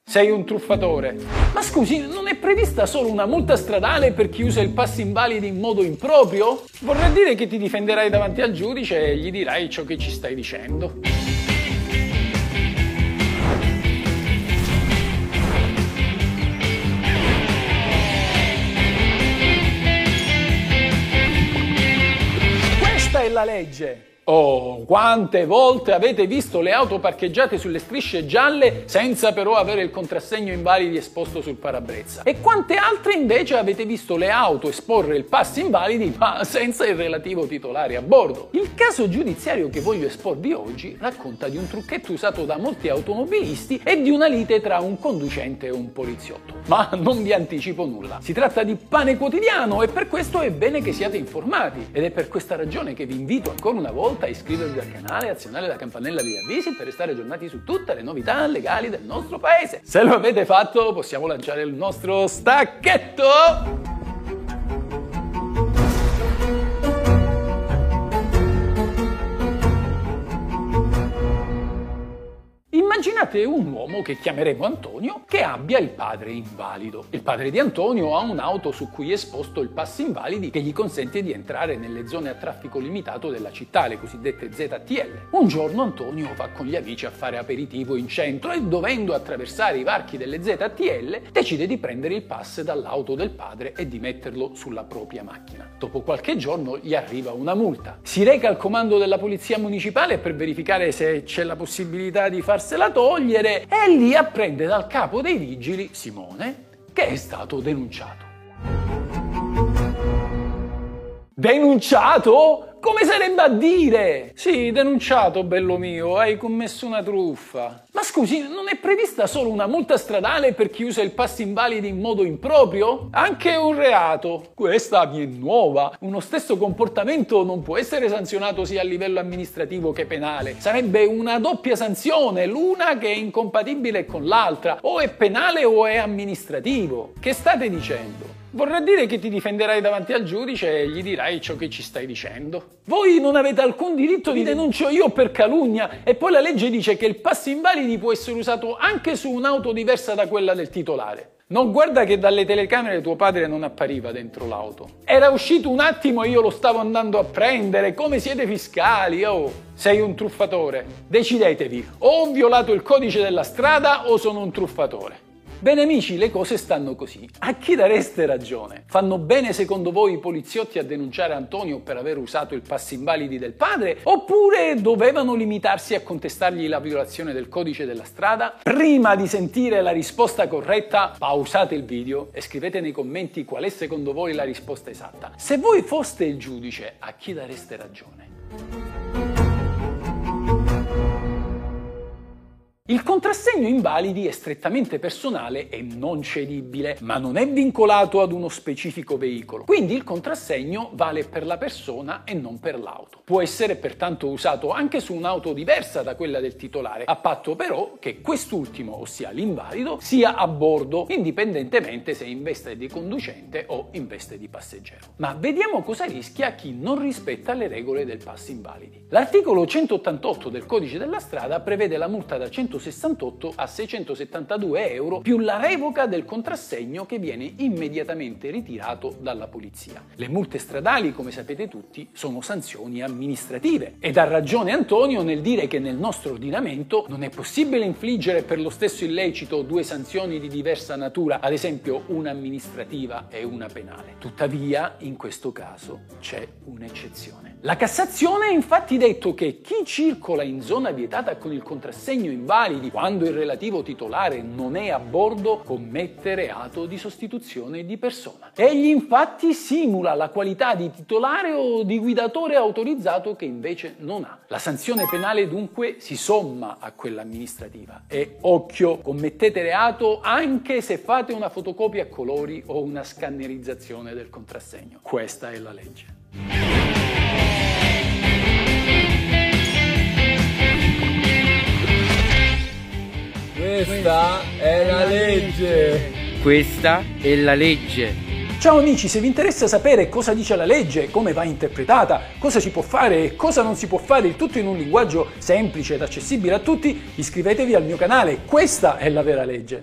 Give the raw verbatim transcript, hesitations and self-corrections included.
Sei un truffatore. Ma scusi, non è prevista solo una multa stradale per chi usa il pass invalidi in modo improprio? Vorrà dire che ti difenderai davanti al giudice e gli dirai ciò che ci stai dicendo. Questa è la legge. Oh, quante volte avete visto le auto parcheggiate sulle strisce gialle senza però avere il contrassegno invalidi esposto sul parabrezza? E quante altre invece avete visto le auto esporre il pass invalidi ma senza il relativo titolare a bordo? Il caso giudiziario che voglio esporvi oggi racconta di un trucchetto usato da molti automobilisti e di una lite tra un conducente e un poliziotto. Ma non vi anticipo nulla. Si tratta di pane quotidiano e per questo è bene che siate informati. Ed è per questa ragione che vi invito ancora una volta a iscrivervi al canale e azionare la campanella degli avvisi per restare aggiornati su tutte le novità legali del nostro paese. Se lo avete fatto, possiamo lanciare il nostro stacchetto! Immaginate un uomo che chiameremo Antonio che abbia il padre invalido. Il padre di Antonio ha un'auto su cui è esposto il pass invalidi che gli consente di entrare nelle zone a traffico limitato della città, le cosiddette Z T L. Un giorno Antonio va con gli amici a fare aperitivo in centro e dovendo attraversare i varchi delle Z T L decide di prendere il pass dall'auto del padre e di metterlo sulla propria macchina. Dopo qualche giorno gli arriva una multa. Si reca al comando della polizia municipale per verificare se c'è la possibilità di farsela togliere e lì apprende dal capo dei vigili, Simone, che è stato denunciato. Denunciato? Come sarebbe a dire? Sì, denunciato, bello mio, hai commesso una truffa. Ma scusi, non è prevista solo una multa stradale per chi usa il pass invalidi in modo improprio? Anche un reato. Questa mi è nuova. Uno stesso comportamento non può essere sanzionato sia a livello amministrativo che penale. Sarebbe una doppia sanzione, l'una che è incompatibile con l'altra. O è penale o è amministrativo. Che state dicendo? Vorrà dire che ti difenderai davanti al giudice e gli dirai ciò che ci stai dicendo. Voi non avete alcun diritto, vi denuncio io per calunnia e poi la legge dice che il pass invalidi può essere usato anche su un'auto diversa da quella del titolare. Non guarda che dalle telecamere tuo padre non appariva dentro l'auto. Era uscito un attimo e io lo stavo andando a prendere. Come siete fiscali? Oh, sei un truffatore. Decidetevi, o ho violato il codice della strada o sono un truffatore. Bene amici, le cose stanno così. A chi dareste ragione? Fanno bene secondo voi i poliziotti a denunciare Antonio per aver usato il pass invalidi del padre? Oppure dovevano limitarsi a contestargli la violazione del codice della strada? Prima di sentire la risposta corretta, pausate il video e scrivete nei commenti qual è secondo voi la risposta esatta. Se voi foste il giudice, a chi dareste ragione? Il contrassegno invalidi è strettamente personale e non cedibile, ma non è vincolato ad uno specifico veicolo. Quindi il contrassegno vale per la persona e non per l'auto. Può essere pertanto usato anche su un'auto diversa da quella del titolare, a patto però che quest'ultimo, ossia l'invalido, sia a bordo, indipendentemente se in veste di conducente o in veste di passeggero. Ma vediamo cosa rischia chi non rispetta le regole del pass invalidi. L'articolo centottantotto del codice della strada prevede la multa da centosessantotto a seicentosettantadue euro più la revoca del contrassegno che viene immediatamente ritirato dalla polizia. Le multe stradali, come sapete tutti, sono sanzioni amministrative ed ha ragione Antonio nel dire che nel nostro ordinamento non è possibile infliggere per lo stesso illecito due sanzioni di diversa natura, ad esempio una amministrativa e una penale. Tuttavia, in questo caso c'è un'eccezione. La Cassazione ha infatti detto che chi circola in zona vietata con il contrassegno invalidi quando il relativo titolare non è a bordo commette reato di sostituzione di persona. Egli infatti simula la qualità di titolare o di guidatore autorizzato che invece non ha. La sanzione penale dunque si somma a quella amministrativa. E occhio, commettete reato anche se fate una fotocopia a colori o una scannerizzazione del contrassegno. Questa è la legge. Questa è la legge. Questa è la legge. Ciao amici, se vi interessa sapere cosa dice la legge, come va interpretata, cosa si può fare e cosa non si può fare, il tutto in un linguaggio semplice ed accessibile a tutti, iscrivetevi al mio canale. Questa è la vera legge.